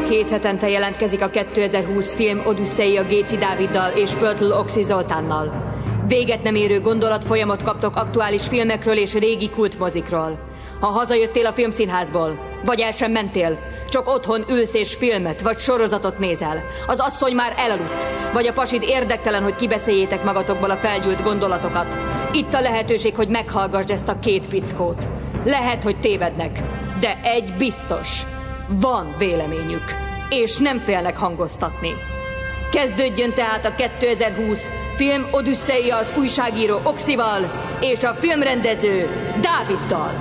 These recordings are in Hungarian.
2 hetente jelentkezik a 2020 film Odüsszeia Géci Dáviddal és Pörtl Oxy Zoltánnal. Véget nem érő gondolatfolyamot kaptok aktuális filmekről és régi kultmozikról. Ha hazajöttél a filmszínházból, vagy el sem mentél, csak otthon ülsz és filmet vagy sorozatot nézel, az asszony már elaludt, vagy a pasid érdektelen, hogy kibeszéljétek magatokból a felgyűlt gondolatokat. Itt a lehetőség, hogy meghallgassd ezt a 2 fickót. Lehet, hogy tévednek, de egy biztos. Van véleményük, és nem félnek hangoztatni. Kezdődjön tehát a 2020 film Odüsszeia az újságíró Oxival és a filmrendező Dáviddal.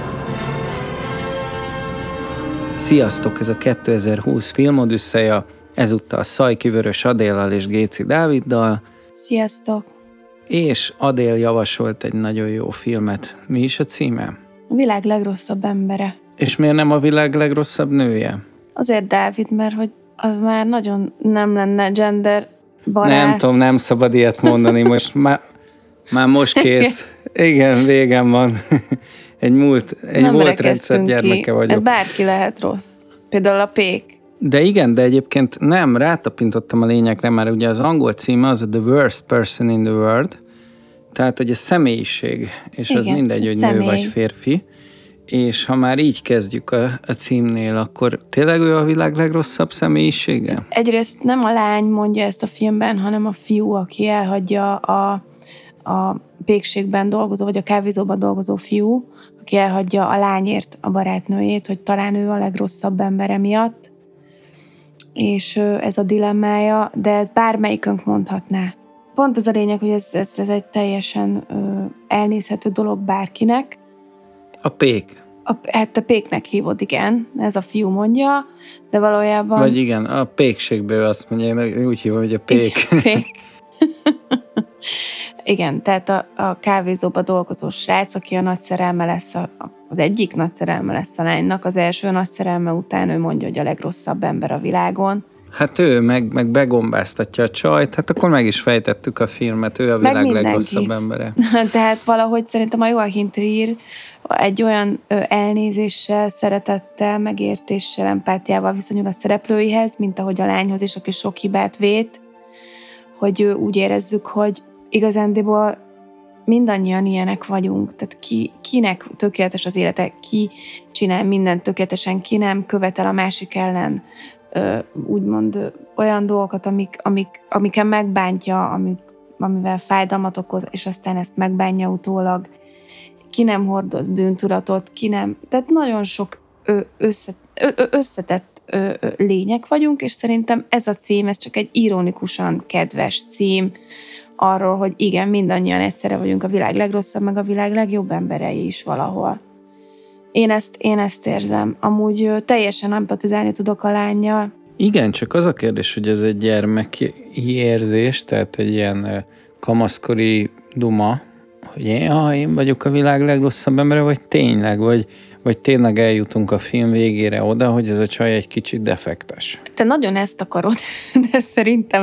Sziasztok, ez a 2020 film Odüsszeia, ezúttal Szajki Vörös Adéllal és Géci Dáviddal. Sziasztok! És Adél javasolt egy nagyon jó filmet. Mi is a címe? A világ legrosszabb embere. És miért nem a világ legrosszabb nője? Azért Dávid, mert hogy az már nagyon nem lenne gender barát. Nem tudom, nem szabad ilyet mondani, most már most kész. Igen, végem van. Egy volt rendszer gyermeke vagyok. Bárki lehet rossz. Például a pék. De igen, de egyébként nem, rátapintottam a lényegre, mert ugye az angol címe az a The Worst Person in the World, tehát hogy a személyiség, és igen, az mindegy, hogy nő vagy férfi. És ha már így kezdjük a címnél, akkor tényleg ő a világ legrosszabb személyisége? Egyrészt nem a lány mondja ezt a filmben, hanem a fiú, aki elhagyja a pékségben dolgozó, vagy a kávézóban dolgozó fiú, aki elhagyja a lányért a barátnőjét, hogy talán ő a legrosszabb embere miatt. És ez a dilemmája, de ez bármelyikünk mondhatná. Pont az a lényeg, hogy ez egy teljesen elnézhető dolog bárkinek. A pék. Hát a péknek hívod, igen, ez a fiú mondja, de valójában... Vagy igen, a pékségből azt mondja, én úgy hívom, hogy a pék. Pék. Igen, tehát a kávézóba dolgozó srác, aki a nagy szerelme lesz, az egyik nagy szerelme lesz a lánynak, az első nagy szerelme után ő mondja, hogy a legrosszabb ember a világon. Hát ő meg begombáztatja a csajt, hát akkor meg is fejtettük a filmet, ő a világ legrosszabb embere. Tehát valahogy szerintem a Joachim Trier egy olyan elnézéssel, szeretettel, megértéssel, empátiával viszonyul a szereplőihez, mint ahogy a lányhoz is, aki sok hibát vét, hogy úgy érezzük, hogy igazándiból mindannyian ilyenek vagyunk, tehát kinek tökéletes az élete, ki csinál mindent tökéletesen, ki nem követel a másik ellen úgymond olyan dolgokat, amiken megbántja, amivel fájdalmat okoz, és aztán ezt megbánja utólag, ki nem hordoz bűntudatot, ki nem, tehát nagyon sok összetett lények vagyunk, és szerintem ez a cím, ez csak egy ironikusan kedves cím arról, hogy igen, mindannyian egyszerre vagyunk a világ legrosszabb, meg a világ legjobb emberei is valahol. Én ezt érzem. Amúgy teljesen empatizálni tudok a lánnyal. Igen, csak az a kérdés, hogy ez egy gyermeki érzés, tehát egy ilyen kamaszkori duma, hogy én vagyok a világ legrosszabb embere, vagy tényleg, vagy tényleg eljutunk a film végére oda, hogy ez a csaj egy kicsit defektes. Te nagyon ezt akarod, de szerintem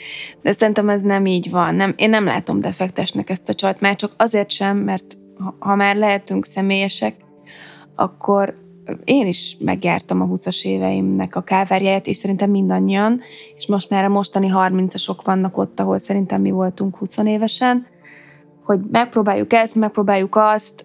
ez nem így van. Én nem látom defektesnek ezt a csajt, már csak azért sem, mert ha már lehetünk személyesek, akkor én is megjártam a 20-as éveimnek a kávárjáját, és szerintem mindannyian, és most már a mostani 30-asok vannak ott, ahol szerintem mi voltunk 20 évesen, hogy megpróbáljuk ezt, megpróbáljuk azt,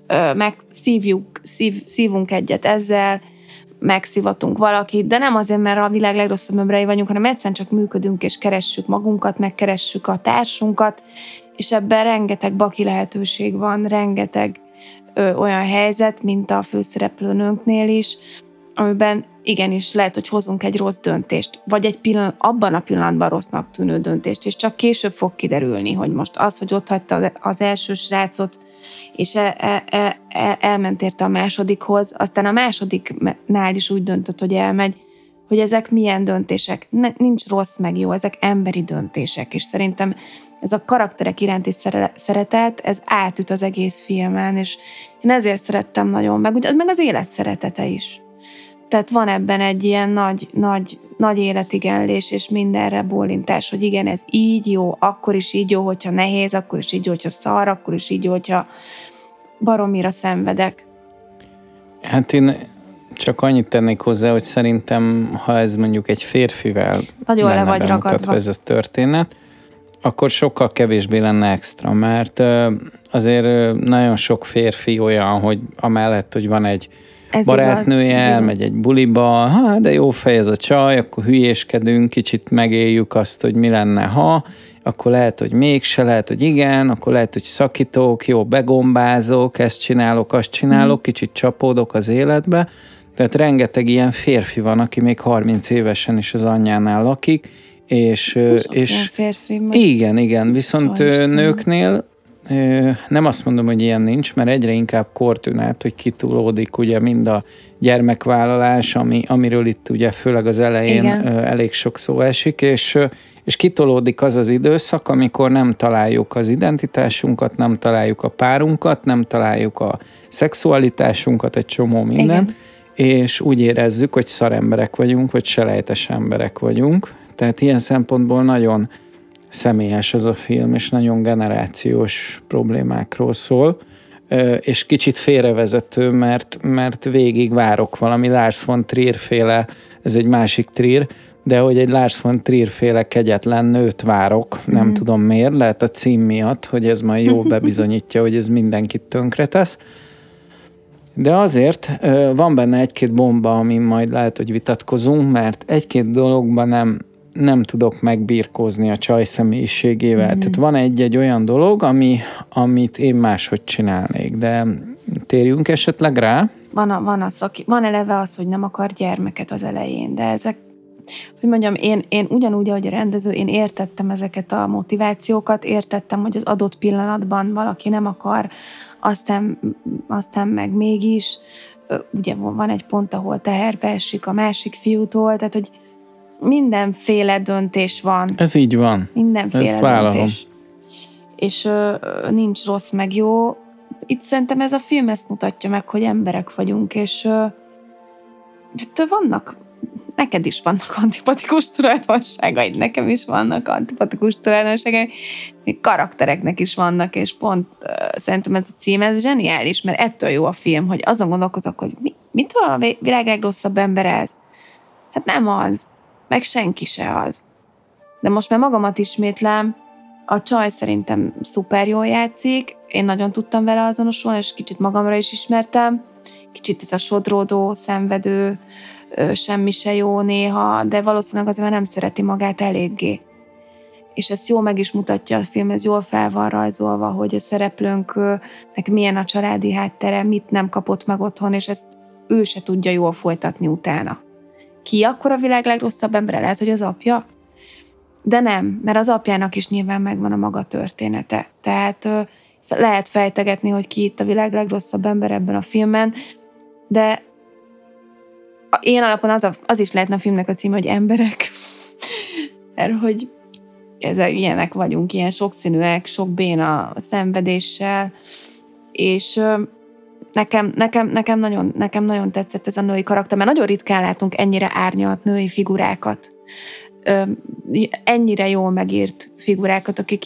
szívunk egyet ezzel, megszivatunk valakit, de nem azért, mert a világ legrosszabb emberei vagyunk, hanem egyszerűen csak működünk, és keressük magunkat, megkeressük a társunkat, és ebben rengeteg baki lehetőség van, rengeteg olyan helyzet, mint a főszereplőnőnknél is, amiben igenis lehet, hogy hozunk egy rossz döntést, vagy abban a pillanatban rossznak tűnő döntést, és csak később fog kiderülni, hogy most az, hogy ott hagyta az első srácot, és elment érte a másodikhoz, aztán a másodiknál is úgy döntött, hogy elmegy, hogy ezek milyen döntések. Nincs rossz meg jó, ezek emberi döntések, és szerintem ez a karakterek iránti szeretet, ez átüt az egész filmen, és én ezért szerettem nagyon, meg az élet szeretete is. Tehát van ebben egy ilyen nagy életigenlés, és mindenre bólintás, hogy igen, ez így jó, akkor is így jó, hogyha nehéz, akkor is így jó, hogyha szar, akkor is így jó, hogyha baromira szenvedek. Hát én Csak annyit tennék hozzá, hogy szerintem, ha ez mondjuk egy férfivel nagyon le vagy bemutatva ez a történet, akkor sokkal kevésbé lenne extra, mert azért nagyon sok férfi olyan, hogy amellett, hogy van egy barátnője, elmegy egy buliba, de jó fej ez a csaj, akkor hülyéskedünk, kicsit megéljük azt, hogy mi lenne, ha, akkor lehet, hogy mégse, lehet, hogy igen, akkor lehet, hogy szakítok, jó, begombázok, ezt csinálok, azt csinálok, kicsit csapódok az életbe. Tehát rengeteg ilyen férfi van, aki még 30 évesen is az anyjánál lakik, és férfi, igen, viszont nőknél nem azt mondom, hogy ilyen nincs, mert egyre inkább kortűnát, hogy kitulódik ugye mind a gyermekvállalás, amiről itt ugye főleg az elején elég sok szó esik, és kitolódik az az időszak, amikor nem találjuk az identitásunkat, nem találjuk a párunkat, nem találjuk a szexualitásunkat, egy csomó minden, és úgy érezzük, hogy szaremberek vagyunk, vagy selejtes emberek vagyunk. Tehát ilyen szempontból nagyon személyes ez a film, és nagyon generációs problémákról szól, és kicsit félrevezető, mert végig várok valami Lars von Trier féle, ez egy másik Trier, de hogy egy Lars von Trier féle kegyetlen nőt várok, nem tudom miért, lehet a cím miatt, hogy ez majd jól bebizonyítja, hogy ez mindenkit tönkretesz. De azért van benne egy-két bomba, amin majd lehet, hogy vitatkozunk, mert egy-két dologban nem tudok megbirkózni a csaj személyiségével. Tehát van egy olyan dolog, amit én máshogy csinálnék, de térjünk esetleg rá. Van eleve az, hogy nem akar gyermeket az elején, de ezek, hogy mondjam, én ugyanúgy, ahogy a rendező, én értettem ezeket a motivációkat, értettem, hogy az adott pillanatban valaki nem akar, aztán meg mégis, ugye van egy pont, ahol teherbe esik a másik fiútól, tehát, hogy mindenféle döntés van. Ez így van. Mindenféle döntés. És nincs rossz meg jó. Itt szerintem ez a film ezt mutatja meg, hogy emberek vagyunk, és hát neked is vannak antipatikus tulajdonságaid, nekem is vannak antipatikus tulajdonságaid, még karaktereknek is vannak, és pont szerintem ez a cím, ez zseniális, mert ettől jó a film, hogy azon gondolkozok, hogy mitől a világ legrosszabb ember ez? Hát nem az, meg senki se az. De most már magamat ismétlem, a csaj szerintem szuper jól játszik, én nagyon tudtam vele azonosulni, és kicsit magamra is ismertem, kicsit ez a sodródó, szenvedő, semmi se jó néha, de valószínűleg azért nem szereti magát eléggé. És ezt jól meg is mutatja a film, ez jól fel van rajzolva, hogy a szereplőnknek milyen a családi háttere, mit nem kapott meg otthon, és ezt ő se tudja jól folytatni utána. Ki akkor a világ legrosszabb embere? Lehet, hogy az apja? De nem, mert az apjának is nyilván megvan a maga története. Tehát lehet fejtegetni, hogy ki itt a világ legrosszabb ember ebben a filmben, de ilyen alapon az is lehetne a filmnek a címe, hogy emberek. Mert hogy ilyenek vagyunk, ilyen sokszínűek, sok béna szenvedéssel, és nekem nagyon tetszett ez a női karakter, mert nagyon ritkán látunk ennyire árnyalt női figurákat. Ennyire jól megírt figurákat, akik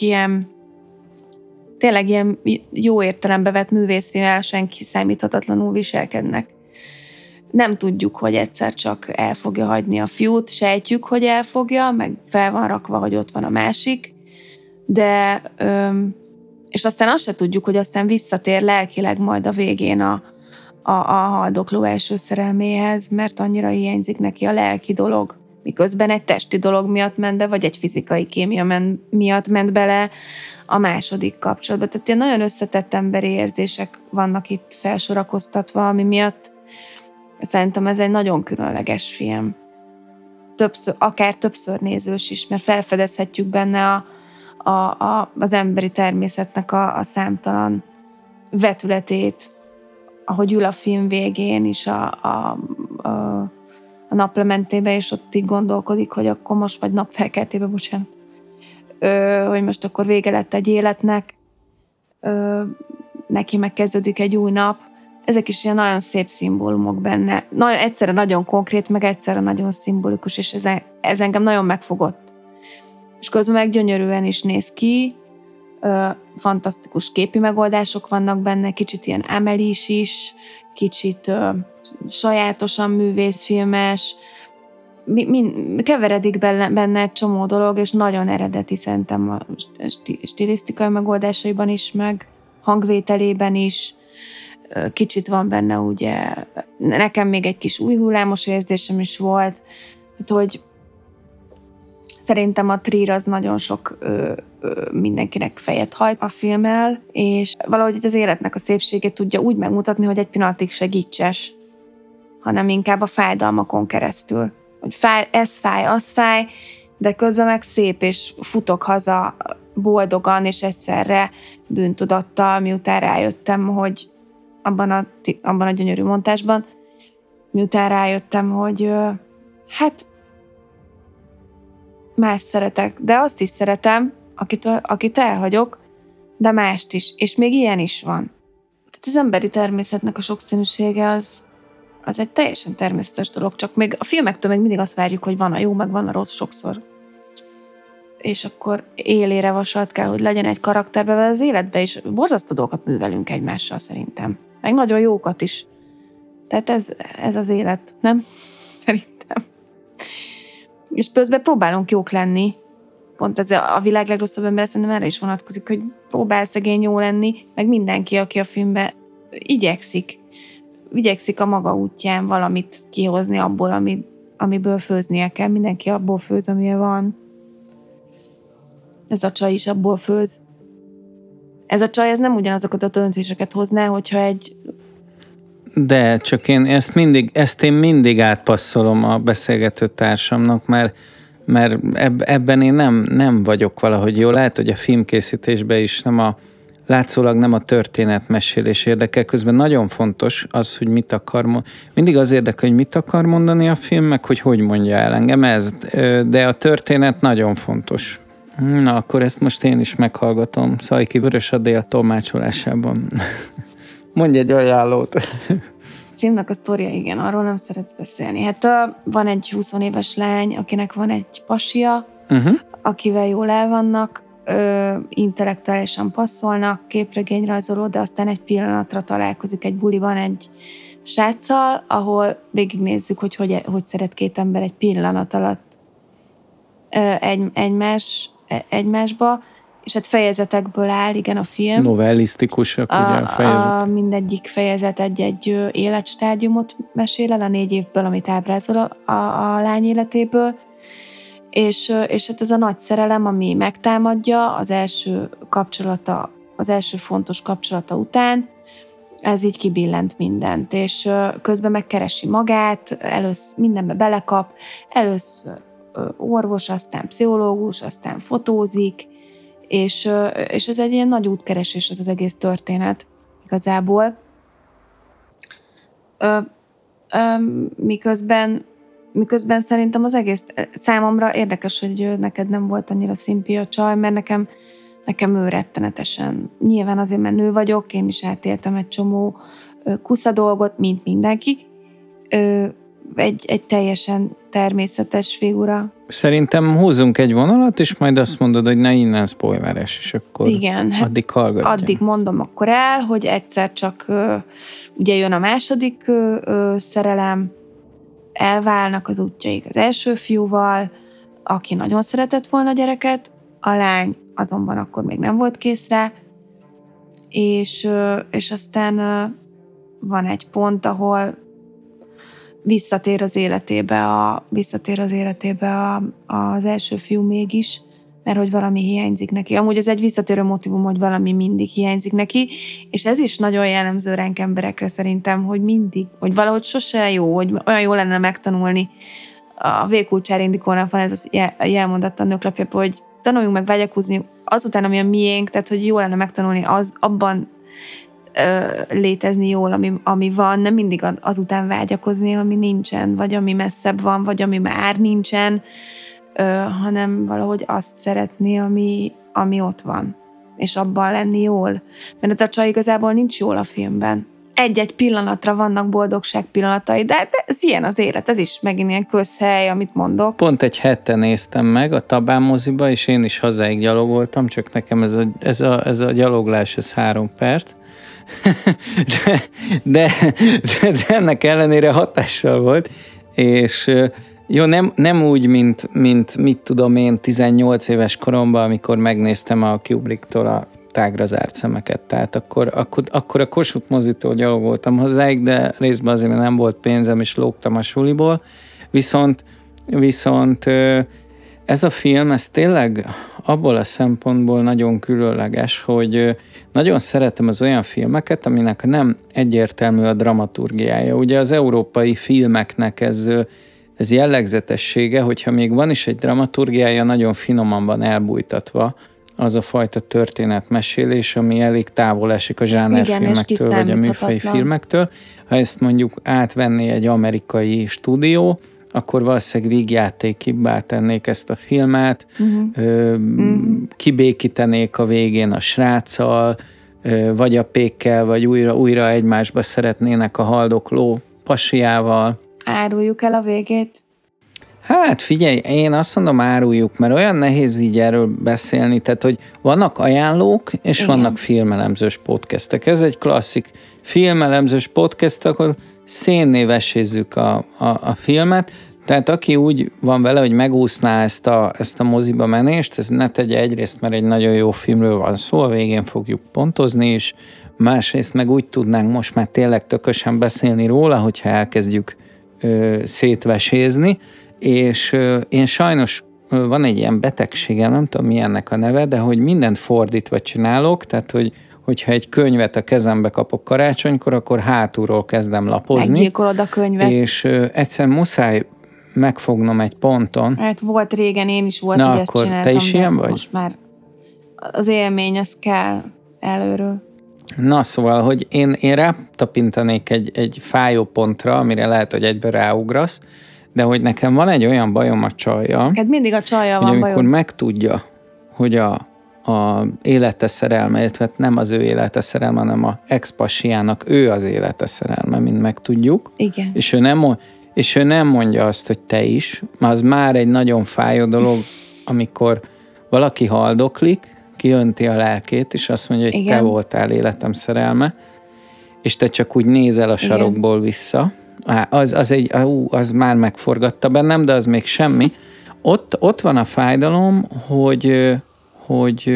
tényleg ilyen jó értelembe vett művészfilmesen kiszámíthatatlanul viselkednek. Nem tudjuk, hogy egyszer csak el fogja hagyni a fiút, sejtjük, hogy elfogja, meg fel van rakva, hogy ott van a másik, de és aztán azt se tudjuk, hogy aztán visszatér lelkileg majd a végén a haldokló első szerelméhez, mert annyira hiányzik neki a lelki dolog, miközben egy testi dolog miatt ment be, vagy egy fizikai kémia miatt ment bele a második kapcsolatba. Tehát ilyen nagyon összetett emberi érzések vannak itt felsorakoztatva, ami miatt szerintem ez egy nagyon különleges film. Akár többször nézős is, mert felfedezhetjük benne az emberi természetnek a számtalan vetületét, ahogy ül a film végén is a naplementébe, és ott így gondolkodik, hogy akkor most, vagy napfelkeltébe, bocsánat, hogy most akkor vége lett egy életnek, neki megkezdődik egy új nap. Ezek is ilyen nagyon szép szimbólumok benne. Egyszerre nagyon konkrét, meg egyszerre nagyon szimbolikus, és ez engem nagyon megfogott. És közben meg gyönyörűen is néz ki, fantasztikus képi megoldások vannak benne, kicsit ilyen Amelie-s is, kicsit sajátosan művészfilmes, keveredik benne egy csomó dolog, és nagyon eredeti szerintem a stilisztikai megoldásaiban is, meg hangvételében is. Kicsit van benne ugye, nekem még egy kis új hullámos érzésem is volt, hogy szerintem a Trier az nagyon sok mindenkinek fejet hajt a filmmel, és valahogy az életnek a szépségét tudja úgy megmutatni, hogy egy pillanatig se gicses, hanem inkább a fájdalmakon keresztül. Hogy fáj, ez fáj, az fáj, de közben meg szép, és futok haza boldogan, és egyszerre bűntudattal, miután rájöttem, hogy abban a gyönyörű montásban, miután rájöttem, hogy hát más szeretek, de azt is szeretem, akit elhagyok, de mást is, és még ilyen is van. Tehát az emberi természetnek a sokszínűsége az egy teljesen természetes dolog, csak még a filmektől még mindig azt várjuk, hogy van a jó, meg van a rossz sokszor. És akkor élére vasalt kell, hogy legyen egy karakterbe, mert az életbe is borzasztó dolgokat művelünk egymással szerintem. Meg nagyon jókat is. Tehát ez az élet, nem? Szerintem. És közben próbálunk jók lenni. Pont ez a világ legrosszabb ember, szerintem erre is vonatkozik, hogy próbál szegény jó lenni, meg mindenki, aki a filmben igyekszik a maga útján valamit kihozni abból, amiből főznie kell. Mindenki abból főz, amilyen van. Ez a csaj is abból főz. Ez a csaj, ez nem ugyanazokat a döntéseket hozná, hogyha egy... De csak én ezt én mindig átpasszolom a beszélgető társamnak, mert ebben én nem vagyok valahogy jó. Lehet, hogy a filmkészítésben is látszólag nem a történetmesélés érdekel, közben nagyon fontos az, hogy mit akar mindig az érdekel, hogy mit akar mondani a film, meg hogy mondja el engem ez, de a történet nagyon fontos. Na, akkor ezt most én is meghallgatom Szajki Vörös Adél tolmácsolásában. Mondj egy ajánlót. A filmnek a sztoria, igen, arról nem szeretsz beszélni. Hát van egy 20 éves lány, akinek van egy pasia, akivel jól el vannak, intellektuálisan passzolnak, képregényrajzoló, de aztán egy pillanatra találkozik egy buliban egy sráccal, ahol végignézzük, hogy szeret két ember egy pillanat alatt egymásba, és hát fejezetekből áll, igen, a film. Novellisztikusak, ugye a fejezet. Mindegyik fejezet egy életstádiumot mesél el a 4 évből, amit ábrázol a lány életéből, és hát ez a nagy szerelem, ami megtámadja az első fontos kapcsolata után, ez így kibillent mindent, és közben megkeresi magát, először mindenbe belekap, először orvos, aztán pszichológus, aztán fotózik, és ez egy ilyen nagy útkeresés az egész történet igazából. Miközben szerintem az egész számomra érdekes, hogy neked nem volt annyira szimpi a csaj, mert nekem ő rettenetesen. Nyilván azért, mert nő vagyok, én is átéltem egy csomó kusza dolgot, mint mindenki. Egy teljesen természetes figura. Szerintem húzzunk egy vonalat, és majd azt mondod, hogy ne innen spoileres, és akkor igen, addig hallgatjam. Addig mondom akkor el, hogy egyszer csak ugye jön a második szerelem, elválnak az útjaik az első fiúval, aki nagyon szeretett volna gyereket, a lány azonban akkor még nem volt kész rá, és aztán van egy pont, ahol visszatér az életébe az első fiú mégis, mert hogy valami hiányzik neki. Amúgy ez egy visszatérő motivum, hogy valami mindig hiányzik neki, és ez is nagyon jellemző ránk emberekre szerintem, hogy mindig, hogy valahogy sose jó, hogy olyan jó lenne megtanulni. A V-kulcsár indikónak van ez a jelmondat a Nőklapjában, hogy tanuljunk meg vágyakozni azután, ami a miénk, tehát hogy jó lenne megtanulni abban létezni jól, ami van, nem mindig azután vágyakozni, ami nincsen, vagy ami messzebb van, vagy ami már nincsen, hanem valahogy azt szeretni, ami ott van, és abban lenni jól. Mert ez a csaj igazából nincs jól a filmben. egy-egy pillanatra vannak boldogság pillanatai, de ez ilyen az élet, ez is megint ilyen közhely, amit mondok. Pont egy hete néztem meg a Tabán moziba, és én is hazáig gyalogoltam, csak nekem ez a gyaloglás, ez 3 perc. de ennek ellenére hatással volt, és jó, nem úgy, mint mit tudom én 18 éves koromban, amikor megnéztem a Kubricktól a Tágra zárt szemeket. Tehát akkor a Kossuth mozitól gyalogoltam hazáig, de részben azért nem volt pénzem, és lógtam a suliból. Viszont ez a film, ez tényleg abból a szempontból nagyon különleges, hogy nagyon szeretem az olyan filmeket, aminek nem egyértelmű a dramaturgiája. Ugye az európai filmeknek ez jellegzetessége, hogyha még van is egy dramaturgiája, nagyon finoman van elbújtatva az a fajta történetmesélés, ami elég távol esik a zsánerfilmektől, vagy a műfai filmektől. Ha ezt mondjuk átvenné egy amerikai stúdió, akkor valószínűleg vígjátékibbá tennék ezt a filmet, kibékítenék a végén a sráccal, vagy a pékkel, vagy újra egymásba szeretnének a haldokló pasiával. Áruljuk el a végét? Hát figyelj, én azt mondom áruljuk, mert olyan nehéz így erről beszélni, tehát hogy vannak ajánlók, és igen, vannak filmelemzős podcastek. Ez egy klasszik filmelemzős podcast, akkor szénné vesézzük a filmet, tehát aki úgy van vele, hogy megúszná ezt a moziba menést, ez ne tegye egyrészt, mert egy nagyon jó filmről van szó, a végén fogjuk pontozni is, másrészt meg úgy tudnánk most már tényleg tökösen beszélni róla, hogyha elkezdjük szétvesézni, és én sajnos van egy ilyen betegségem, nem tudom mi ennek a neve, de hogy mindent fordítva csinálok, tehát hogyha egy könyvet a kezembe kapok karácsonykor, akkor hátulról kezdem lapozni. Meggyilkolod a könyvet. És egyszerűen muszáj megfognom egy ponton. Hát volt régen, én is volt, hogy ezt csináltam. Te is ilyen vagy? Most már az élmény, az kell előről. Na szóval, hogy én rátapintanék egy fájó pontra, amire lehet, hogy egyből ráugrasz, de hogy nekem van egy olyan bajom a csajjal, hát mindig a csajjal van amikor bajom. megtudja, hogy a élete szerelme, illetve nem az ő élete szerelme, hanem a ex-pasiának ő az élete szerelme, mint megtudjuk. Igen. És ő nem mondja azt, hogy te is, az már egy nagyon fájó dolog, amikor valaki haldoklik, kiönti a lelkét, és azt mondja, hogy igen, te voltál életem szerelme, és te csak úgy nézel a sarokból igen, vissza. Az már megforgatta bennem, de az még semmi. Ott van a fájdalom, hogy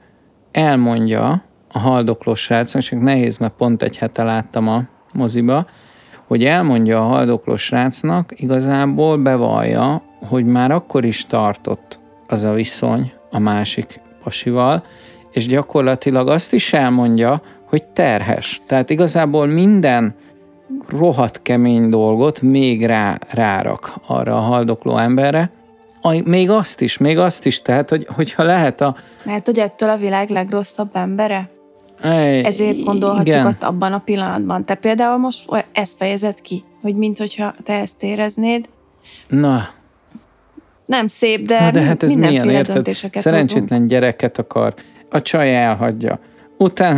elmondja a haldokló srácnak, csak nehéz, mert pont egy hete láttam a moziba, hogy elmondja a haldokló srácnak, igazából bevallja, hogy már akkor is tartott az a viszony a másik pasival, és gyakorlatilag azt is elmondja, hogy terhes. Tehát igazából minden rohadt kemény dolgot még rárak arra a haldokló emberre, még azt is, tehát, hogyha lehet Mert hogy ettől a világ legrosszabb embere? Ezért gondolhatjuk igen, azt abban a pillanatban. Te például most ezt fejezed ki, hogy minthogyha te ezt éreznéd. Na. Nem szép, de hát ez mindenféle milyen, döntéseket szerencsétlen hozunk. Gyereket akar, a csaj elhagyja. Utána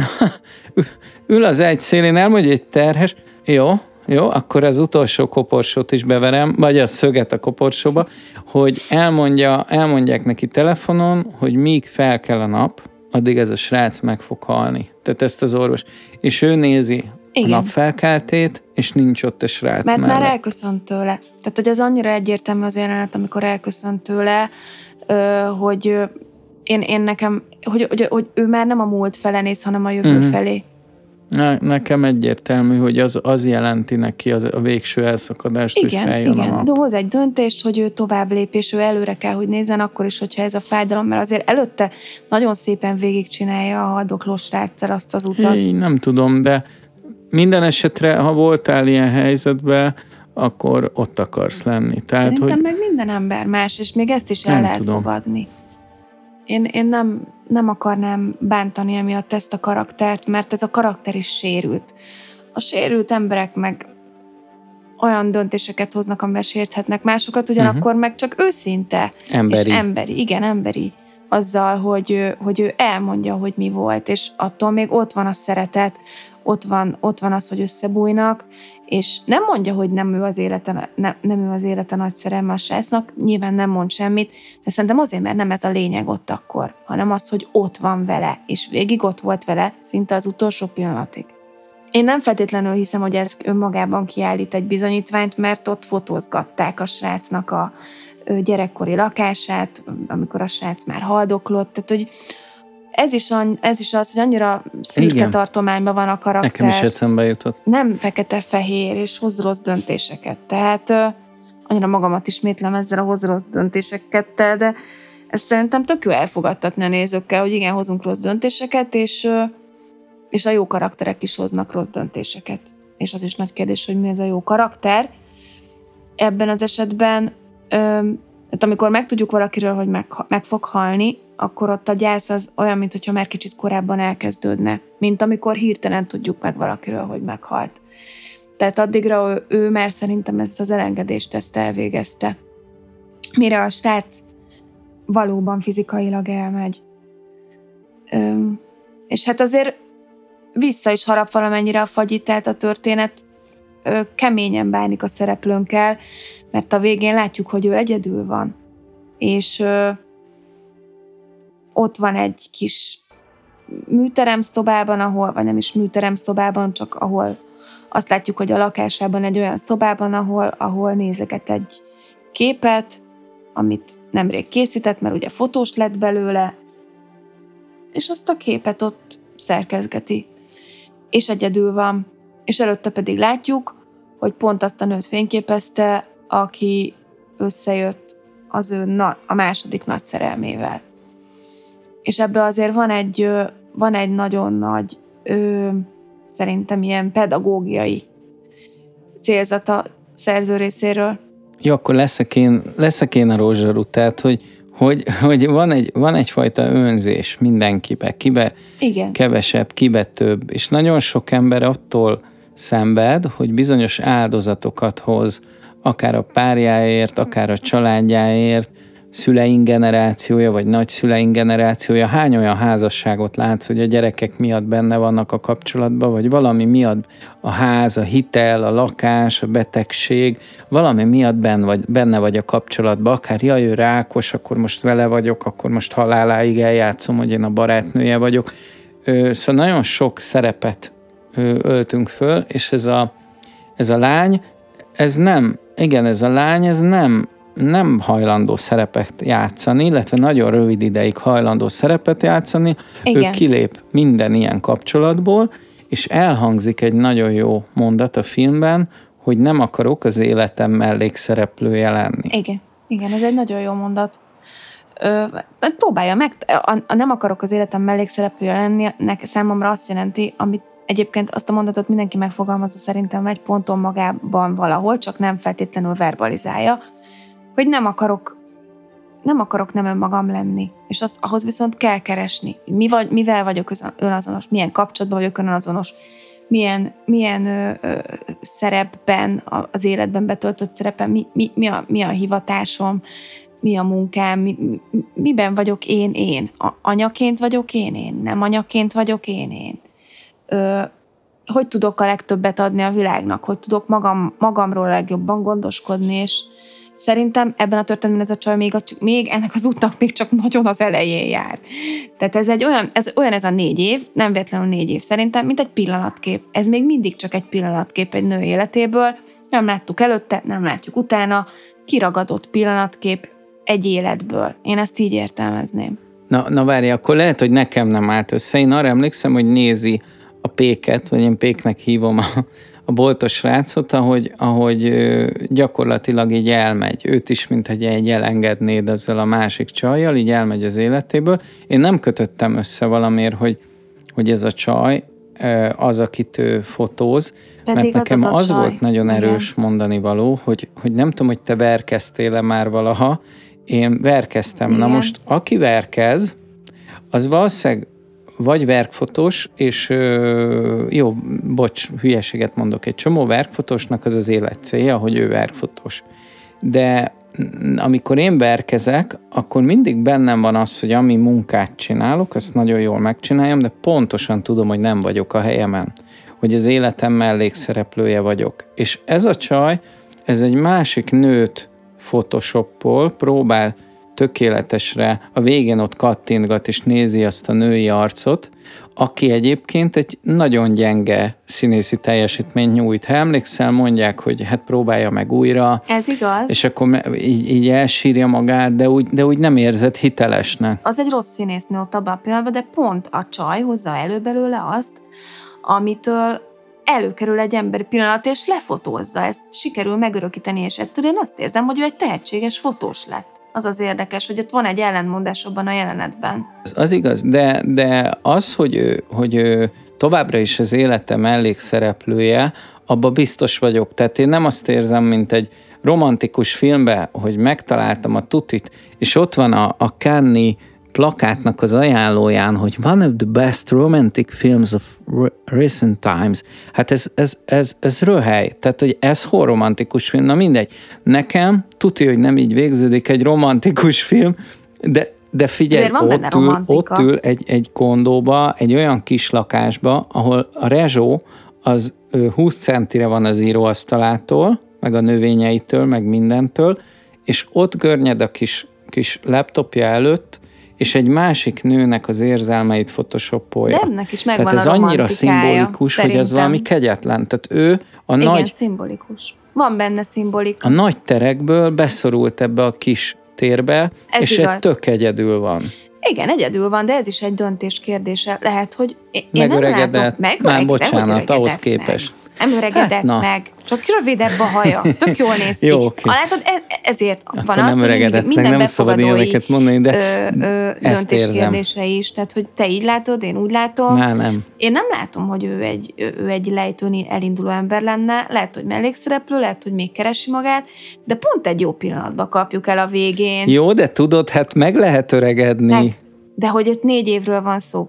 ül az egy szélén, elmondja, hogy terhes, jó, akkor az utolsó koporsót is beverem, vagy a szöget a koporsóba, hogy elmondják neki telefonon, hogy míg fel kell a nap, addig ez a srác meg fog halni. Tehát ezt az orvos. És ő nézi igen, a napfelkeltét, és nincs ott a srác mert mellett. már elköszönt tőle. Tehát, hogy az annyira egyértelmű az jelenet, amikor elköszönt tőle, hogy én nekem, hogy ő már nem a múlt fele néz, hanem a jövő felé. Nekem egyértelmű, hogy az jelenti neki a végső elszakadást, igen, hogy feljön igen. a nap. De hoz egy döntést, hogy ő tovább lép, és ő előre kell, hogy nézzen, akkor is, hogyha ez a fájdalom, mert azért előtte nagyon szépen végigcsinálja a haldokló sráccal azt az utat. Nem tudom, de minden esetre, ha voltál ilyen helyzetben, akkor ott akarsz lenni. Tehát, szerintem meg minden ember más, és még ezt is el lehet fogadni. Én nem akarnám bántani emiatt ezt a karaktert, mert ez a karakter is sérült. A sérült emberek meg olyan döntéseket hoznak, amivel sérthetnek másokat, ugyanakkor meg csak őszinte. Emberi. És emberi azzal, hogy ő elmondja, hogy mi volt, és attól még ott van a szeretet, ott van az, hogy összebújnak, és nem mondja, hogy nem ő az élete nagy szerelme a srácnak, nyilván nem mond semmit, de szerintem azért, mert nem ez a lényeg ott akkor, hanem az, hogy ott van vele, és végig ott volt vele, szinte az utolsó pillanatig. Én nem feltétlenül hiszem, hogy ez önmagában kiállít egy bizonyítványt, mert ott fotózgatták a srácnak a gyerekkori lakását, amikor a srác már haldoklott, tehát hogy ez is az, hogy annyira szürke tartományban van a karakter. Nekem is eszembe jutott. Nem fekete-fehér, és hoz rossz döntéseket. Tehát annyira magamat ismétlem ezzel a hoz rossz döntésekkel, de ezt szerintem tök jó elfogadtatni a nézőkkel, hogy igen, hozunk rossz döntéseket, és a jó karakterek is hoznak rossz döntéseket. És az is nagy kérdés, hogy mi ez a jó karakter. Ebben az esetben, amikor megtudjuk valakiről, hogy meg fog halni, akkor ott a gyász az olyan, mintha már kicsit korábban elkezdődne, mint amikor hirtelen tudjuk meg valakiről, hogy meghalt. Tehát addigra ő már szerintem ezt az elengedést ezt elvégezte. Mire a srác valóban fizikailag elmegy. És hát azért vissza is harap valamennyire a fagyit, tehát a történet keményen bánik a szereplőnkkel, mert a végén látjuk, hogy ő egyedül van. És ott van egy kis műteremszobában, vagy nem is műteremszobában, csak ahol azt látjuk, hogy a lakásában egy olyan szobában, ahol nézeget egy képet, amit nemrég készített, mert ugye fotós lett belőle, és azt a képet ott szerkezgeti. És egyedül van. És előtte pedig látjuk, hogy pont azt a nőt fényképezte, aki összejött az a második nagy szerelmével. És ebből azért van egy nagyon nagy, szerintem ilyen pedagógiai célzata szerző részéről. Jó, akkor leszek én a rózsarú, tehát, hogy van egyfajta önzés mindenkibe, kibe igen. Kevesebb, kibe több, és nagyon sok ember attól szenved, hogy bizonyos áldozatokat hoz, akár a párjáért, akár a családjáért, szüleink generációja, vagy nagyszüleink generációja. Hány olyan házasságot látsz, hogy a gyerekek miatt benne vannak a kapcsolatban, vagy valami miatt a ház, a hitel, a lakás, a betegség, valami miatt benne vagy a kapcsolatban, akár jaj, ő rákos, akkor most vele vagyok, akkor most haláláig eljátszom, hogy én a barátnője vagyok. Szóval nagyon sok szerepet öltünk föl, és ez a lány, ez nem hajlandó szerepet játszani, illetve nagyon rövid ideig hajlandó szerepet játszani. Igen. Ő kilép minden ilyen kapcsolatból, és elhangzik egy nagyon jó mondat a filmben, hogy nem akarok az életem mellékszereplője lenni. Igen, ez egy nagyon jó mondat. Próbálja meg, nem akarok az életem mellékszereplője lenni, számomra azt jelenti, amit egyébként azt a mondatot mindenki megfogalmazza szerintem egy ponton magában valahol, csak nem feltétlenül verbalizálja, hogy nem akarok nem önmagam lenni. És ahhoz viszont kell keresni. Mivel vagyok önazonos, milyen kapcsolatban vagyok önazonos, milyen szerepben, az életben betöltött szerepem, mi a hivatásom, mi a munkám, miben vagyok én. Anyaként vagyok én, nem anyaként vagyok én. Hogy tudok a legtöbbet adni a világnak, hogy tudok magamról legjobban gondoskodni, és szerintem ebben a történetben ez a csaj még ennek az útnak még csak nagyon az elején jár. Tehát ez a 4 év, nem véletlenül 4 év szerintem, mint egy pillanatkép. Ez még mindig csak egy pillanatkép egy nő életéből, nem láttuk előtte, nem látjuk utána, kiragadott pillanatkép egy életből. Én ezt így értelmezném. Na várj, akkor lehet, hogy nekem nem állt össze. Én arra emlékszem, hogy nézi a Péket, vagy én Péknek hívom a boltos srácot, ahogy gyakorlatilag így elmegy. Őt is, mint hogy egy elengednéd ezzel a másik csajjal, így elmegy az életéből. Én nem kötöttem össze valamiért, hogy ez a csaj az, akit ő fotóz, pedig mert nekem az volt nagyon erős mondani való, hogy nem tudom, hogy te verkeztél-e már valaha, én verkeztem. Igen. Na most, aki verkez, az valószínűleg vagy verkfotós, és jó, bocs, hülyeséget mondok, egy csomó verkfotósnak az az élet célja, hogy ő verkfotós. De amikor én verkezek, akkor mindig bennem van az, hogy ami munkát csinálok, azt nagyon jól megcsináljam, de pontosan tudom, hogy nem vagyok a helyemen. hogy az életem mellékszereplője vagyok. És ez a csaj, ez egy másik nőt photoshoppol, próbál tökéletesre, a végén ott kattintgat és nézi azt a női arcot, aki egyébként egy nagyon gyenge színészi teljesítményt nyújt. Ha emlékszel, mondják, hogy hát próbálja meg újra. Ez igaz. És akkor így elsírja magát, de úgy nem érzed hitelesnek. Az egy rossz színésznő ott abban a pillanatban, de pont a csaj hozza elő belőle azt, amitől előkerül egy emberi pillanat, és lefotózza. Ezt sikerül megörökíteni, és ettől én azt érzem, hogy ő egy tehetséges fotós lett. Az érdekes, hogy ott van egy ellentmondás abban a jelenetben. Az igaz, de az, hogy ő továbbra is az élete mellékszereplője, abba biztos vagyok. Tehát én nem azt érzem, mint egy romantikus filmben, hogy megtaláltam a tutit, és ott van a Cannes plakátnak az ajánlóján, hogy one of the best romantic films of recent times. Hát ez röhely. Tehát, hogy ez hol romantikus film? Na mindegy. Nekem tuti, hogy nem így végződik egy romantikus film, de figyelj, ott ül egy kondóba, egy olyan kis lakásba, ahol a rezsó az 20 centire van az íróasztalától, meg a növényeitől, meg mindentől, és ott görnyed a kis laptopja előtt, és egy másik nőnek az érzelmeit photoshopolja. De ennek is megvan tehát ez a annyira szimbolikus, szerintem. hogy ez valami kegyetlen. Tehát ő Igen, szimbolikus. Van benne szimbolika. A nagy terekből beszorult ebbe a kis térbe, ez és igaz. Egy tök egyedül van. Igen, egyedül van, de ez is egy döntés kérdése. Lehet, hogy én megöregedett, nem látom, már bocsánat, ahhoz képest. Nem öregedett meg. Csak rövidebb a haja. Tök jól néz ki. Jó, okay. Látod, ezért akkor van az, hogy minden nem szabad ilyeneket mondani, de döntés kérdése is. Tehát, hogy te így látod, én úgy látom. Már nem. Én nem látom, hogy ő egy lejtőni elinduló ember lenne. Lehet, hogy mellékszereplő, lehet, hogy még keresi magát, de pont egy jó pillanatban kapjuk el a végén. Jó, de tudod, hát meg lehet öregedni. De hogy itt 4 évről van szó.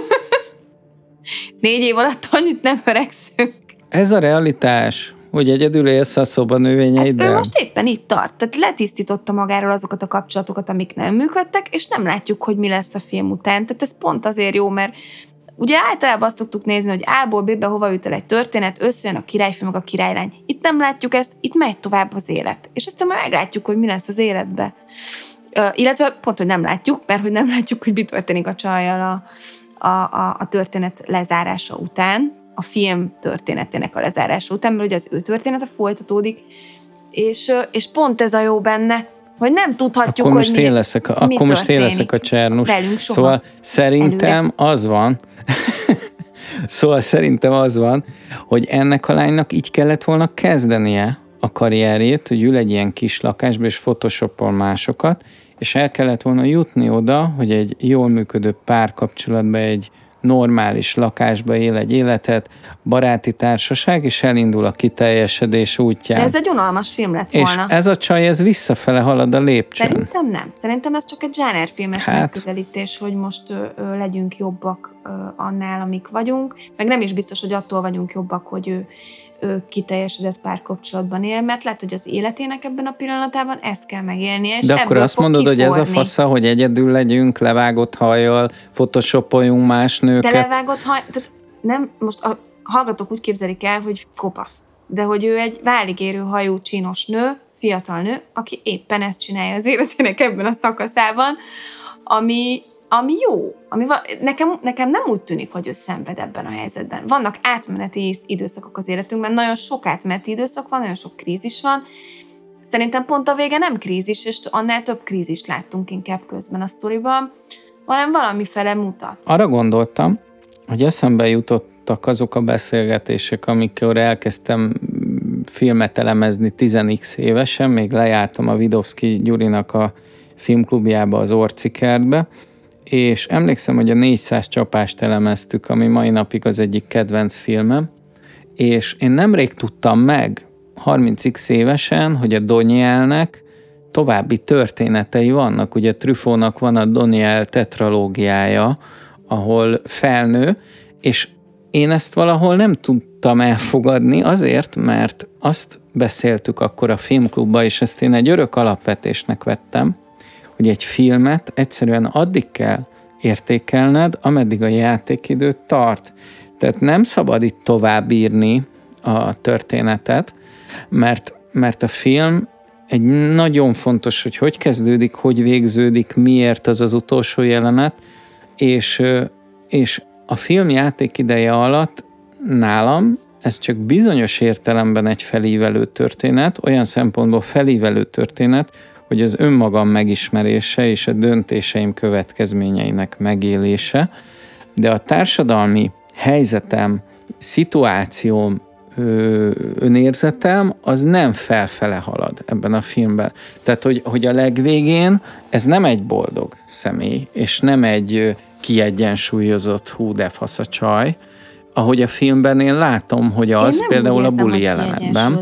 4 év alatt annyit nem öregszünk. Ez a realitás, hogy egyedül élsz a szobanövényeiddel. Hát ő most éppen itt tart. Tehát letisztította magáról azokat a kapcsolatokat, amik nem működtek, és nem látjuk, hogy mi lesz a film után. Tehát ez pont azért jó, mert ugye általában azt szoktuk nézni, hogy A-ból B-be hova jut el egy történet, összejön a királyfő meg a királylány. Itt nem látjuk ezt, itt megy tovább az élet. És aztán majd meglátjuk, hogy mi lesz az életbe. Illetve pont, hogy nem látjuk, mert hogy nem látjuk, hogy mi történik a csajjal a történet lezárása után, a film történetének a lezárása után, mert ugye az ő története folytatódik, és pont ez a jó benne, hogy nem tudhatjuk, akkor hogy akkor most én leszek a Csernus. Szóval szerintem az van, hogy ennek a lánynak így kellett volna kezdenie a karrierjét, hogy ül egy ilyen kis lakásba és photoshopol másokat, és el kellett volna jutni oda, hogy egy jól működő párkapcsolatban, egy normális lakásba él egy életet, baráti társaság, és elindul a kiteljesedés útján. De ez egy unalmas film lett volna. És ez a csaj, ez visszafele halad a lépcsőn. Szerintem nem. Szerintem ez csak egy zsánerfilmes megközelítés, hogy most legyünk jobbak annál, amik vagyunk, meg nem is biztos, hogy attól vagyunk jobbak, hogy ő kiteljesedett párkapcsolatban él, mert lehet, hogy az életének ebben a pillanatában ezt kell megélnie, és de akkor azt mondod, kiforni. hogy ez a fasza, hogy egyedül legyünk, levágott hajjal, photoshopoljunk más nőket. De levágott haj, tehát nem, most a hallgatók úgy képzelik el, hogy kopasz, de hogy ő egy váligérő hajú csinos nő, fiatal nő, aki éppen ezt csinálja az életének ebben a szakaszában, ami jó. Nekem nem úgy tűnik, hogy ő szenved ebben a helyzetben. Vannak átmeneti időszakok az életünkben, nagyon sok átmeneti időszak van, nagyon sok krízis van. Szerintem pont a vége nem krízis, és annál több krízist láttunk inkább közben a sztoriban, hanem valamifele mutat. Arra gondoltam, hogy eszembe jutottak azok a beszélgetések, amikor elkezdtem filmet elemezni 10x évesen, még lejártam a Vidovszky Gyurinak a filmklubjába, az Orcikertbe, és emlékszem, hogy a 400 csapást elemeztük, ami mai napig az egyik kedvenc filmem, és én nemrég tudtam meg, 30x évesen, hogy a Donielnek további történetei vannak. Ugye Truffautnak van a Doniel tetralógiája, ahol felnő, és én ezt valahol nem tudtam elfogadni azért, mert azt beszéltük akkor a filmklubban, és ezt én egy örök alapvetésnek vettem, hogy egy filmet egyszerűen addig kell értékelned, ameddig a játékidő tart. Tehát nem szabad itt tovább írni a történetet, mert a film egy nagyon fontos, hogy kezdődik, hogy végződik, miért az utolsó jelenet, és a film játékideje alatt nálam ez csak bizonyos értelemben egy felívelő történet, olyan szempontból felívelő történet, hogy az önmagam megismerése és a döntéseim következményeinek megélése, de a társadalmi helyzetem, szituációm, önérzetem, az nem felfele halad ebben a filmben. Tehát, hogy a legvégén ez nem egy boldog személy, és nem egy kiegyensúlyozott hú de fasz a csaj, ahogy a filmben én látom, hogy az például a buli jelenetben,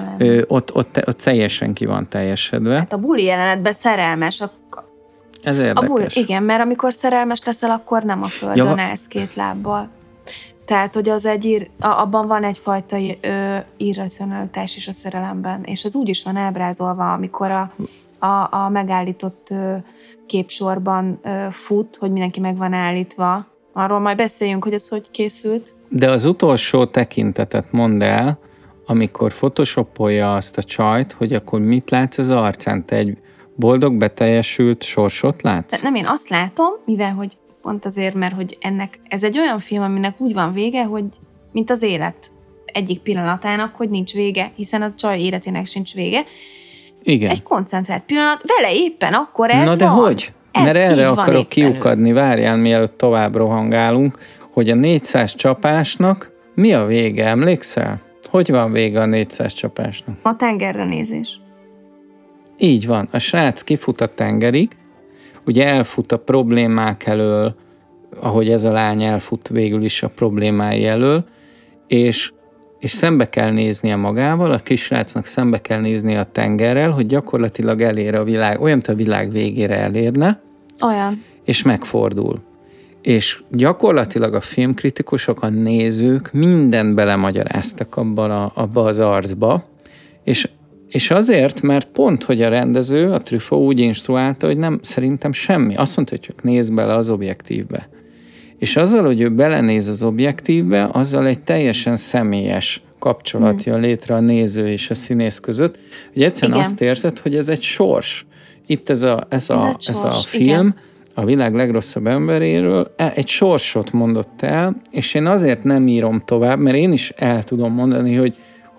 ott teljesen ki van teljesedve. Hát a buli jelenetben szerelmes. Ez érdekes. Igen, mert amikor szerelmes leszel, akkor nem a földön állsz két lábbal. Tehát, hogy az abban van egyfajta irracionalitás is a szerelemben, és az úgy is van ábrázolva, amikor a megállított képsorban fut, hogy mindenki meg van állítva. Arról majd beszéljünk, hogy ez hogy készült. De az utolsó tekintetet mondd el, amikor photoshopolja azt a csajt, hogy akkor mit látsz az arcán? Te egy boldog, beteljesült sorsot látsz? De nem, én azt látom, mivel hogy pont azért, mert hogy ez egy olyan film, aminek úgy van vége, hogy mint az élet egyik pillanatának, hogy nincs vége, hiszen a csaj életének sincs vége. Igen. Egy koncentrált pillanat, vele éppen akkor ez van. Na de van. Hogy? Mert erre akarok kiukadni, várjál, mielőtt tovább rohangálunk, hogy a 400 csapásnak mi a vége, emlékszel? Hogy van vége a 400 csapásnak? A tengerre nézés. Így van, a srác kifut a tengerig, ugye elfut a problémák elől, ahogy ez a lány elfut végül is a problémái elől, és szembe kell néznie magával, a kisrácnak szembe kell néznie a tengerrel, hogy gyakorlatilag elér a világ, olyan, mint a világ végére elérne, olyan. És megfordul. És gyakorlatilag a filmkritikusok, a nézők mindent belemagyaráztak abba az arcba, és azért, mert pont, hogy a rendező, a Truffaut úgy instruálta, hogy nem, szerintem semmi. Azt mondta, hogy csak nézz bele az objektívbe. És azzal, hogy ő belenéz az objektívbe, azzal egy teljesen személyes kapcsolat jön létre a néző és a színész között, hogy egyszerűen azt érzed, hogy ez egy sors. Itt ez a film, igen. A világ legrosszabb emberéről egy sorsot mondott el, és én azért nem írom tovább, mert én is el tudom mondani, hogy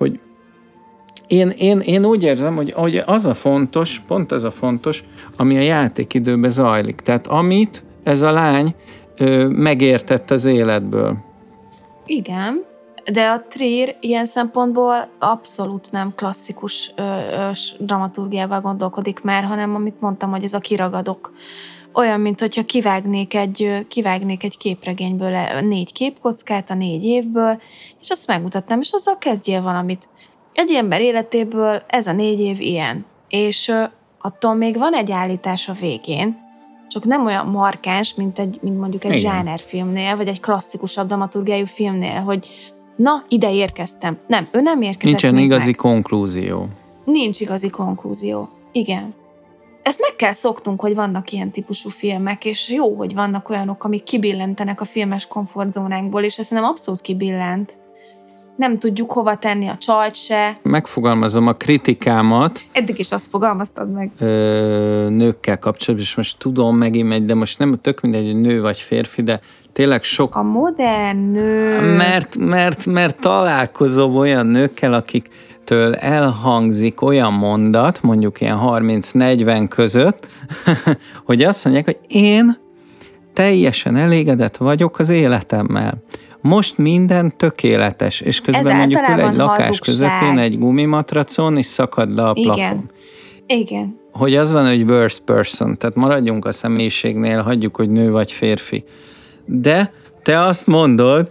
én úgy érzem, hogy az a fontos, pont ez a fontos, ami a játékidőben zajlik. Tehát amit ez a lány megértett az életből. Igen, de a Trier ilyen szempontból abszolút nem klasszikus dramaturgiával gondolkodik már, hanem amit mondtam, hogy ez a kiragadok. Olyan, mint hogyha kivágnék egy képregényből 4 képkockát a 4 évből, és azt megmutatnám, és azzal kezdjél valamit. Egy ember életéből ez a 4 év ilyen, és attól még van egy állítás a végén, csak nem olyan markáns, mint mondjuk egy zsánerfilmnél, vagy egy klasszikusabb dramaturgiájú filmnél, hogy na, ide érkeztem. Nem, ő nem érkezett. Nincsen igazi konklúzió. Nincs igazi konklúzió. Igen. Ezt meg kell szoktunk, hogy vannak ilyen típusú filmek, és jó, hogy vannak olyanok, amik kibillentenek a filmes komfortzónánkból, és ezt nem abszolút kibillent. Nem tudjuk hova tenni a csajt se. Megfogalmazom a kritikámat. Eddig is azt fogalmaztad meg. Nőkkel kapcsolatban, és most tudom, megint megy, de most nem tök mindegy, hogy nő vagy férfi, de tényleg sok... A modern nő... Mert találkozom olyan nőkkel, akiktől elhangzik olyan mondat, mondjuk ilyen 30-40 között, hogy azt mondják, hogy én teljesen elégedett vagyok az életemmel. Most minden tökéletes, és közben mondjuk ül egy lakás közepén egy gumimatracon, és szakad le a plafon. Igen. Hogy az van, hogy worst person, tehát maradjunk a személyiségnél, hagyjuk, hogy nő vagy férfi. De te azt mondod,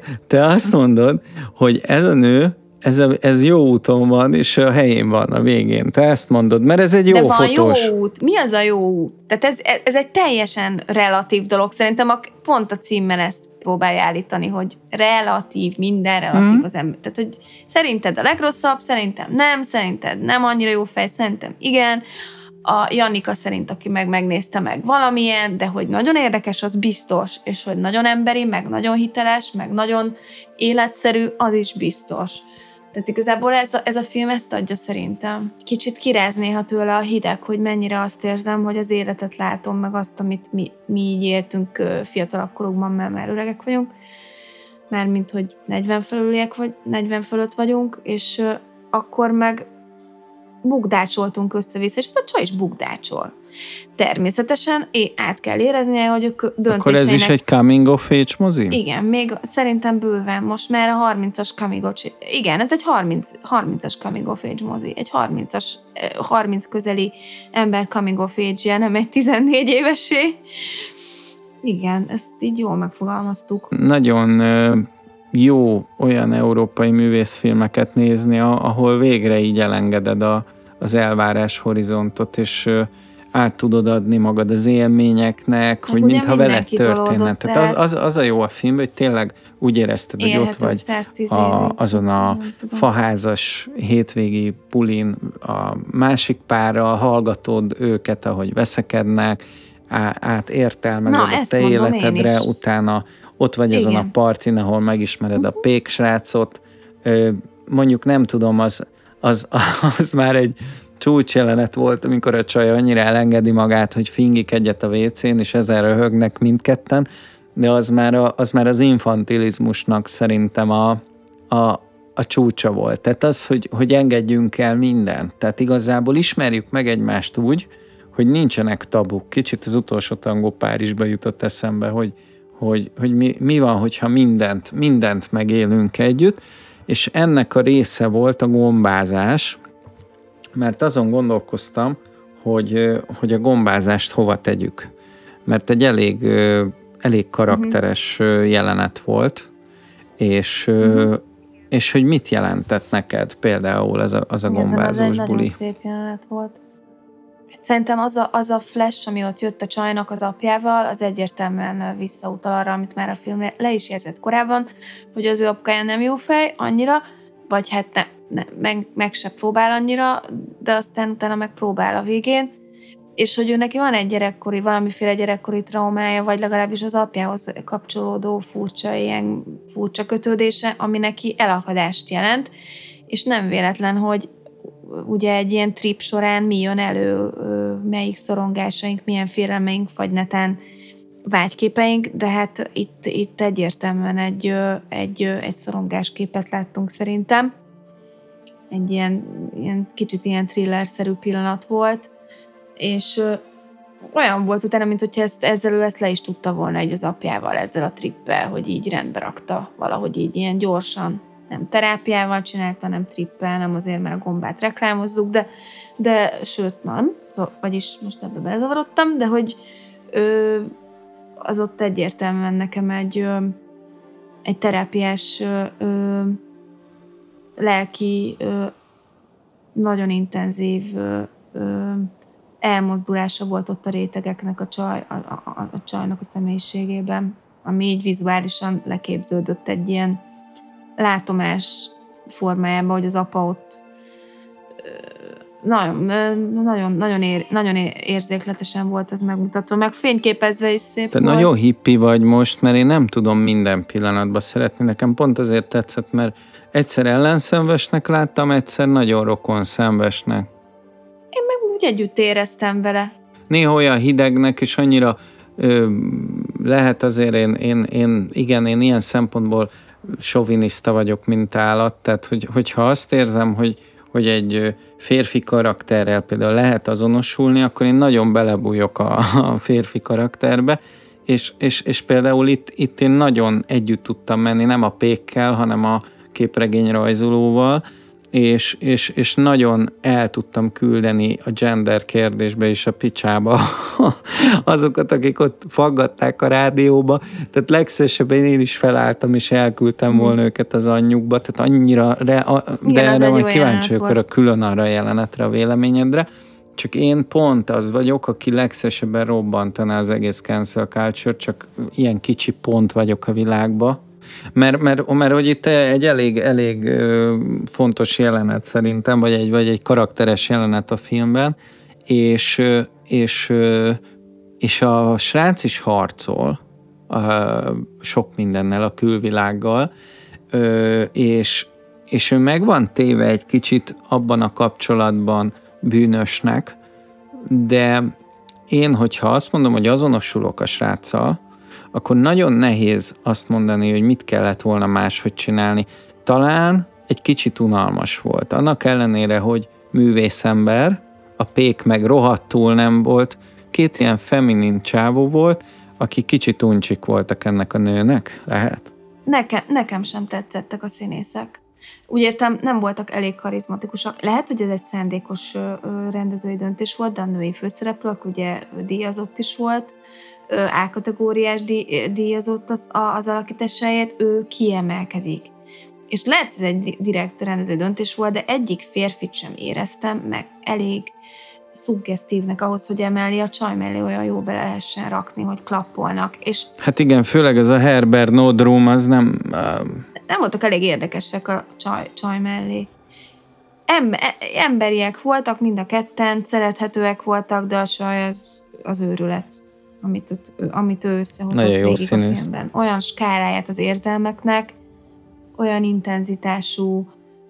hogy ez a nő, ez jó úton van, és a helyén van a végén. Te ezt mondod, mert ez egy jó fotós. De van jó út. Mi az a jó út? Tehát ez egy teljesen relatív dolog. Szerintem pont a címmel ezt próbálja állítani, hogy relatív, minden relatív az ember. Tehát, hogy szerinted a legrosszabb, szerintem nem annyira jó fej, szerintem igen. A Jannika szerint, aki megnézte meg valamilyen, de hogy nagyon érdekes, az biztos, és hogy nagyon emberi, meg nagyon hiteles, meg nagyon életszerű, az is biztos. Tehát igazából ez a film ezt adja szerintem. Kicsit kiráz néha tőle a hideg, hogy mennyire azt érzem, hogy az életet látom, meg azt, amit mi így éltünk fiatalabb korokban, mert már öregek vagyunk, mármint, hogy 40 fölött vagyunk, és akkor meg bukdácsoltunk össze-vissza, és ez a csaj is bukdácsol. Természetesen át kell éreznie, hogy a döntéseinek... Akkor ez is egy coming of age mozi? Igen, még szerintem bőven. Most már a 30-as coming of age... Igen, ez egy 30-as coming of age mozi. Egy 30 közeli ember coming of age-je, nem egy 14 évesé. Igen, ezt így jól megfogalmaztuk. Nagyon jó olyan európai művészfilmeket nézni, ahol végre így elengeded az elvárás horizontot, és át tudod adni magad az élményeknek, hogy mintha veled történne. Tehát az a jó a film, hogy tényleg úgy érezted, hogy ott vagy azon a faházas hétvégi pulin a másik párral, hallgatod őket, ahogy veszekednek, átértelmezed a te életedre, utána ott vagy azon a partin, ahol megismered a péksrácot. Mondjuk nem tudom, az már egy csúcsjelenet volt, amikor a csaj annyira elengedi magát, hogy fingik egyet a WC-n, és ezzel röhögnek mindketten, de az már az infantilizmusnak szerintem a csúcsa volt. Tehát az, hogy engedjünk el mindent. Tehát igazából ismerjük meg egymást úgy, hogy nincsenek tabuk. Kicsit az utolsó tangó Párizsba jutott eszembe, hogy mi van, hogyha mindent megélünk együtt, és ennek a része volt a gombázás, mert azon gondolkoztam, hogy a gombázást hova tegyük. Mert egy elég karakteres jelenet volt, és hogy mit jelentett neked például az a gombázós buli? Nagyon szép jelenet volt. Szerintem az a flash, ami ott jött a csajnak az apjával, az egyértelműen visszautal arra, amit már a film le is jelzett korábban, hogy az ő apukája nem jó fej annyira, vagy hát meg se próbál annyira, de aztán utána megpróbál a végén, és hogy ő neki van egy valamiféle gyerekkori traumája, vagy legalábbis az apjához kapcsolódó furcsa kötődése, ami neki elakadást jelent, és nem véletlen, hogy ugye egy ilyen trip során mi jön elő, melyik szorongásaink, milyen félelmeink, vagy netán vágyképeink, de hát itt egyértelműen egy szorongásképet láttunk szerintem. Egy ilyen kicsit ilyen thriller-szerű pillanat volt, és olyan volt utána, mint hogyha ezzel le is tudta volna egy az apjával, ezzel a trippel, hogy így rendbe rakta valahogy így ilyen gyorsan. Nem terápiával csinálta, nem trippel, nem azért, mert a gombát reklámozzuk, de sőt, nem. Vagyis most ebbe belezavarodtam, de hogy az ott egyértelműen nekem egy terápiás lelki, nagyon intenzív elmozdulása volt ott a rétegeknek a csajnak a személyiségében, ami így vizuálisan leképződött egy ilyen látomás formájában, hogy az apa ott nagyon érzékletesen volt ez megmutatva, meg fényképezve is szép volt. Nagyon hippi vagy most, mert én nem tudom minden pillanatban szeretni. Nekem pont azért tetszett, mert egyszer ellenszenvesnek láttam, egyszer nagyon rokonszenvesnek. Én meg úgy együtt éreztem vele. Néha olyan hidegnek, és annyira lehet azért én ilyen szempontból soviniszta vagyok, mint állat, tehát hogyha azt érzem, hogy egy férfi karakterrel például lehet azonosulni, akkor én nagyon belebújok a férfi karakterbe, és például itt én nagyon együtt tudtam menni, nem a pékkel, hanem a képregény rajzolóval, és nagyon el tudtam küldeni a gender kérdésbe és a picsába azokat, akik ott faggatták a rádióba. Tehát legszívesebben én is felálltam, és elküldtem volna őket az anyjukba. Tehát annyira, de erre majd kíváncsi vagyok külön arra a jelenetre, a véleményedre. Csak én pont az vagyok, aki legszívesebben robbantaná az egész cancel culture, csak ilyen kicsi pont vagyok a világba. Mert hogy itt egy elég fontos jelenet szerintem, vagy egy karakteres jelenet a filmben, és a srác is harcol sok mindennel, a külvilággal, és ő meg van téve egy kicsit abban a kapcsolatban bűnösnek, de én, hogyha azt mondom, hogy azonosulok a sráccal, akkor nagyon nehéz azt mondani, hogy mit kellett volna máshogy csinálni. Talán egy kicsit unalmas volt. Annak ellenére, hogy művészember, a Pék meg rohadtul nem volt, két ilyen feminin csávó volt, aki kicsit uncsik voltak ennek a nőnek, lehet? Nekem sem tetszettek a színészek. Úgy értem, nem voltak elég karizmatikusak. Lehet, hogy ez egy szándékos rendezői döntés volt, de a női főszereplő, aki ugye díjazott is volt, A-kategóriás díjazott az alakításáért, ő kiemelkedik. És lehet, ez egy direkt rendezői döntés volt, de egyik férfit sem éreztem meg elég szuggesztívnek ahhoz, hogy emellé a csaj mellé olyan jó bele lehessen rakni, hogy klappolnak. És hát igen, főleg ez a Herbert Nordrum, az nem... Nem voltak elég érdekesek a csaj mellé. Emberiek voltak mind a ketten, szerethetőek voltak, de a csaj az őrület, amit ő összehozott végig a filmben. Olyan skáláját az érzelmeknek, olyan intenzitású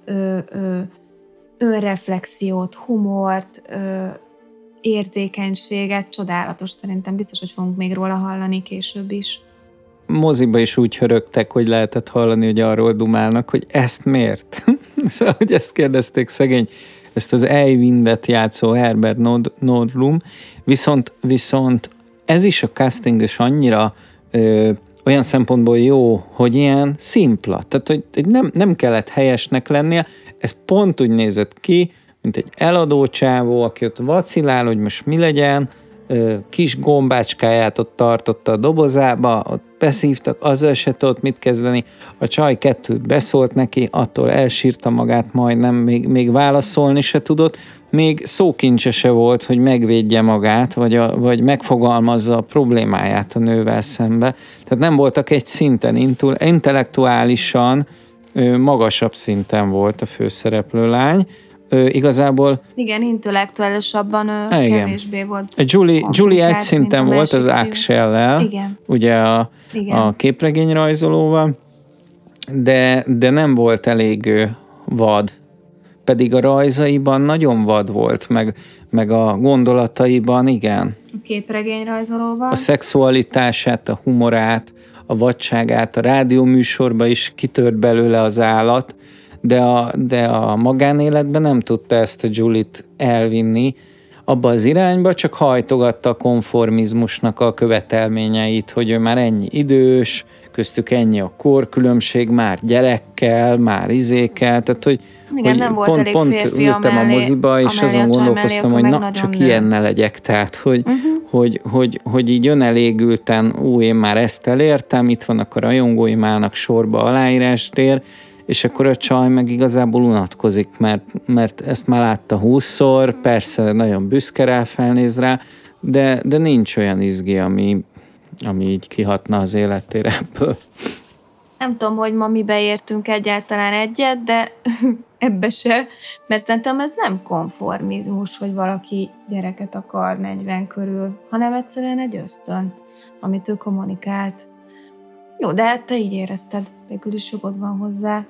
önreflexiót, humort, érzékenységet, csodálatos szerintem. Biztos, hogy fogunk még róla hallani később is. Moziba is úgy hörögtek, hogy lehetett hallani, hogy arról dumálnak, hogy ezt miért? Hogy ezt kérdezték szegény, ezt az Eyvindet játszó Herbert Nordrum, viszont ez is a casting is annyira olyan szempontból jó, hogy ilyen szimpla. Tehát, hogy nem kellett helyesnek lennie, ez pont úgy nézett ki, mint egy eladó csávó, aki ott vacilál, hogy most mi legyen, kis gombácskáját ott tartotta a dobozába, ott beszívtak, azzal se tudott mit kezdeni. A csaj kettőt beszólt neki, attól elsírta magát majdnem, még válaszolni se tudott, még szókincse se volt, hogy megvédje magát, vagy megfogalmazza a problémáját a nővel szembe. Tehát nem voltak egy szinten, intellektuálisan magasabb szinten volt a főszereplő lány. Igazából... Igen, intellektuálisabban kevésbé volt. Julie egy szinten volt az Axel-lel, ugye a képregényrajzolóval, de nem volt elég vad. Pedig a rajzaiban nagyon vad volt, meg a gondolataiban, igen. A képregényrajzolóval. A szexualitását, a humorát, a vadságát, a rádióműsorban is kitört belőle az állat, de a magánéletben nem tudta ezt a Julie-t elvinni abba az irányba, csak hajtogatta a konformizmusnak a követelményeit, hogy ő már ennyi idős, köztük ennyi a korkülönbség, már gyerekkel, már izékkel, tehát hogy igen, nem volt pont ültem a moziba, és azon gondolkoztam, hogy na, csak ilyen ne legyek, tehát hogy így önelégülten, én már ezt elértem, itt vannak a rajongóim, állnak sorba aláírástér, és akkor a csaj meg igazából unatkozik, mert ezt már látta 20-szor, persze nagyon büszke rá, felnéz rá, de nincs olyan izgi, ami így kihatna az életére ebből. Nem tudom, hogy ma mibe értünk egyáltalán egyet, de ebbe se, mert szerintem ez nem konformizmus, hogy valaki gyereket akar 40 körül, hanem egyszerűen egy ösztön, amit ő kommunikált. Jó, de hát te így érezted, végül is jogod van hozzá.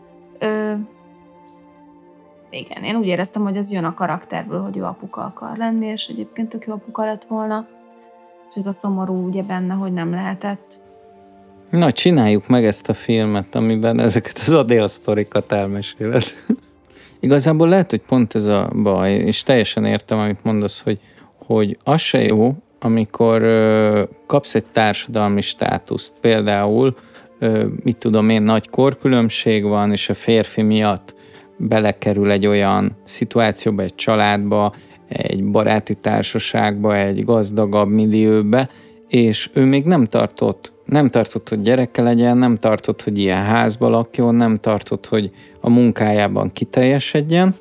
Igen, én úgy éreztem, hogy ez jön a karakterből, hogy ő apuka akar lenni, és egyébként tök jó apuka lett volna. És ez a szomorú ugye benne, hogy nem lehetett. Na, csináljuk meg ezt a filmet, amiben ezeket az Adél sztorikat elmeséled. Igazából lehet, hogy pont ez a baj, és teljesen értem, amit mondasz, hogy az se jó, amikor kapsz egy társadalmi státuszt. Például, mit tudom én, nagy korkülönbség van, és a férfi miatt belekerül egy olyan szituációba, egy családba, egy baráti társaságba, egy gazdagabb millióbe, és ő még nem tartott, hogy gyereke legyen, nem tartott, hogy ilyen házba lakjon, nem tartott, hogy a munkájában kiteljesedjen,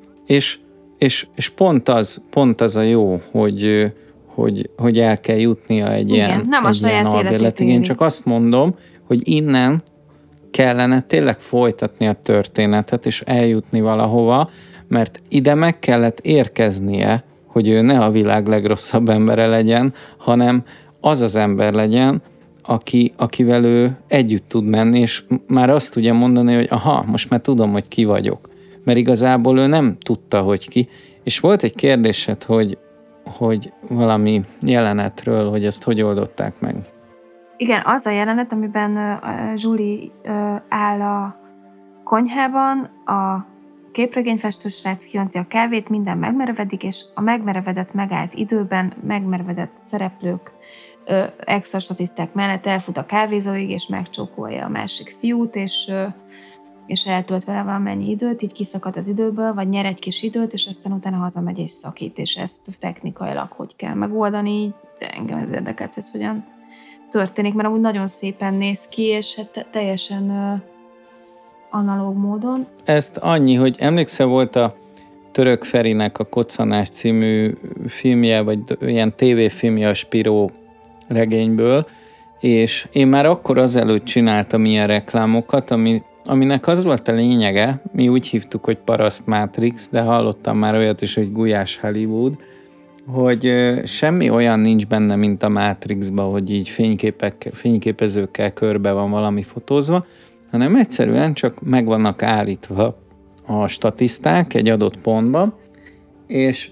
és pont az a jó, hogy el kell jutnia egy ilyen albérletig. Én csak azt mondom, hogy innen kellene tényleg folytatni a történetet, és eljutni valahova, mert ide meg kellett érkeznie, hogy ő ne a világ legrosszabb embere legyen, hanem az az ember legyen, akivel ő együtt tud menni, és már azt tudja mondani, hogy aha, most már tudom, hogy ki vagyok. Mert igazából ő nem tudta, hogy ki. És volt egy kérdésed, hogy valami jelenetről, hogy ezt hogy oldották meg. Igen, az a jelenet, amiben Julie áll a konyhában, a képregényfestő srác kiönti a kávét, minden megmerevedik, és a megmerevedett megállt időben megmerevedett szereplők extra statiszták mellett elfut a kávézóig, és megcsókolja a másik fiút, és eltölt vele valamennyi időt, így kiszakad az időből, vagy nyer egy kis időt, és aztán utána hazamegy és szakít, és ezt technikailag hogy kell megoldani, így engem ez érdekelt, hogy ez hogyan történik, mert amúgy nagyon szépen néz ki, és hát teljesen analóg módon. Ezt annyi, hogy emlékszel, volt a Török Ferinek a Koccanás című filmje, vagy ilyen tévéfilmje a Spiró regényből, és én már akkor azelőtt csináltam ilyen reklámokat, aminek az volt a lényege, mi úgy hívtuk, hogy Paraszt Matrix, de hallottam már olyat is, hogy Gulyás Hollywood, hogy semmi olyan nincs benne, mint a Matrixban, hogy így fényképezőkkel körbe van valami fotózva, hanem egyszerűen csak meg vannak állítva a statiszták egy adott pontba, és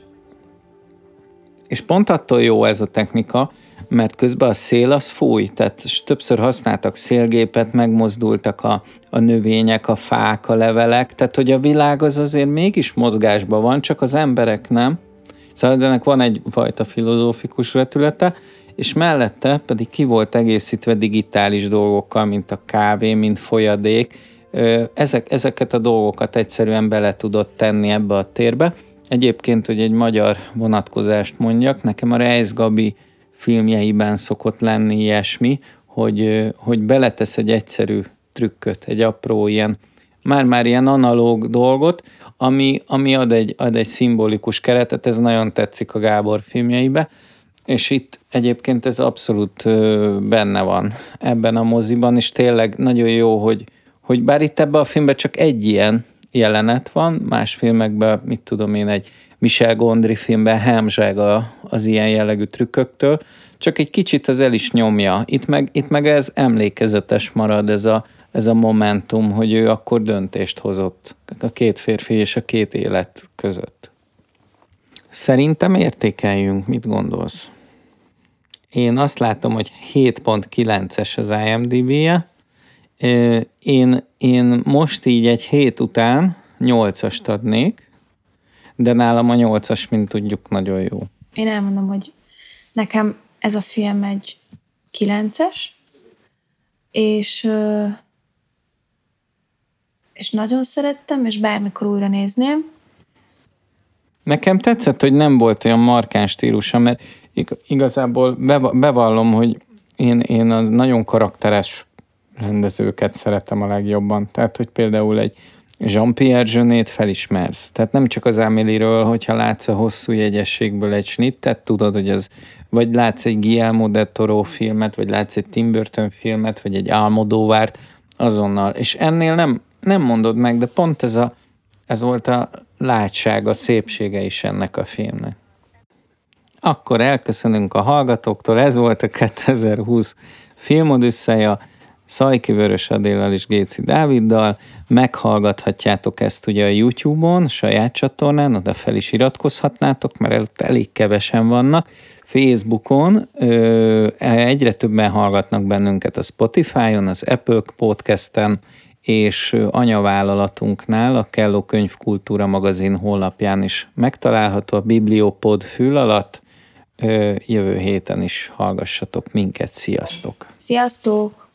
pont attól jó ez a technika, mert közben a szél az fúj, tehát többször használtak szélgépet, megmozdultak a növények, a fák, a levelek, tehát hogy a világ az azért mégis mozgásban van, csak az emberek nem. Szóval ennek van egyfajta filozófikus vetülete, és mellette pedig ki volt egészítve digitális dolgokkal, mint a kávé, mint folyadék. Ezeket a dolgokat egyszerűen bele tudott tenni ebbe a térbe. Egyébként, hogy egy magyar vonatkozást mondjak, nekem a Reisz Gabi filmjeiben szokott lenni ilyesmi, hogy beletesz egy egyszerű trükköt, egy apró ilyen, már ilyen analóg dolgot, ami ad egy szimbolikus keretet, ez nagyon tetszik a Gábor filmjeibe, és itt egyébként ez abszolút benne van ebben a moziban, és tényleg nagyon jó, hogy bár itt ebben a filmben csak egy ilyen jelenet van, más filmekben, mit tudom én, egy Michel Gondry filmben hámzseg az ilyen jellegű trükköktől, csak egy kicsit az el is nyomja. Itt meg ez emlékezetes marad, ez a momentum, hogy ő akkor döntést hozott a két férfi és a két élet között. Szerintem értékeljünk, mit gondolsz? Én azt látom, hogy 7.9-es az IMDb-je. Én most így egy hét után 8-ast adnék, de nálam a 8-as, mint tudjuk, nagyon jó. Én elmondom, hogy nekem ez a film egy 9-es, és nagyon szerettem, és bármikor újra nézném. Nekem tetszett, hogy nem volt olyan markáns stílusa, mert igazából bevallom, hogy én a nagyon karakteres rendezőket szeretem a legjobban. Tehát, hogy például egy Jean-Pierre Jeunet felismersz. Tehát nem csak az Amélie-ről, hogyha látsz a hosszú jegyességből egy snittet, tudod, hogy ez, vagy látsz egy Guillermo del Toro filmet, vagy látsz egy Tim Burton filmet, vagy egy Almodóvárt, azonnal. És ennél nem mondod meg, de pont ez volt a látság, a szépsége is ennek a filmnek. Akkor elköszönünk a hallgatóktól, ez volt a 2020 Filmodüsszeja, Szajki Vörös Adéllal és Géci Dáviddal. Meghallgathatjátok ezt ugye a YouTube-on, saját csatornán, oda fel is iratkozhatnátok, mert előtt elég kevesen vannak. Facebookon egyre többen hallgatnak bennünket a Spotify-on, az Apple Podcast-en, és anyavállalatunknál, a Kelló Könyvkultúra magazin honlapján is megtalálható, a Bibliopod fül alatt. Jövő héten is hallgassatok minket. Sziasztok! Sziasztok!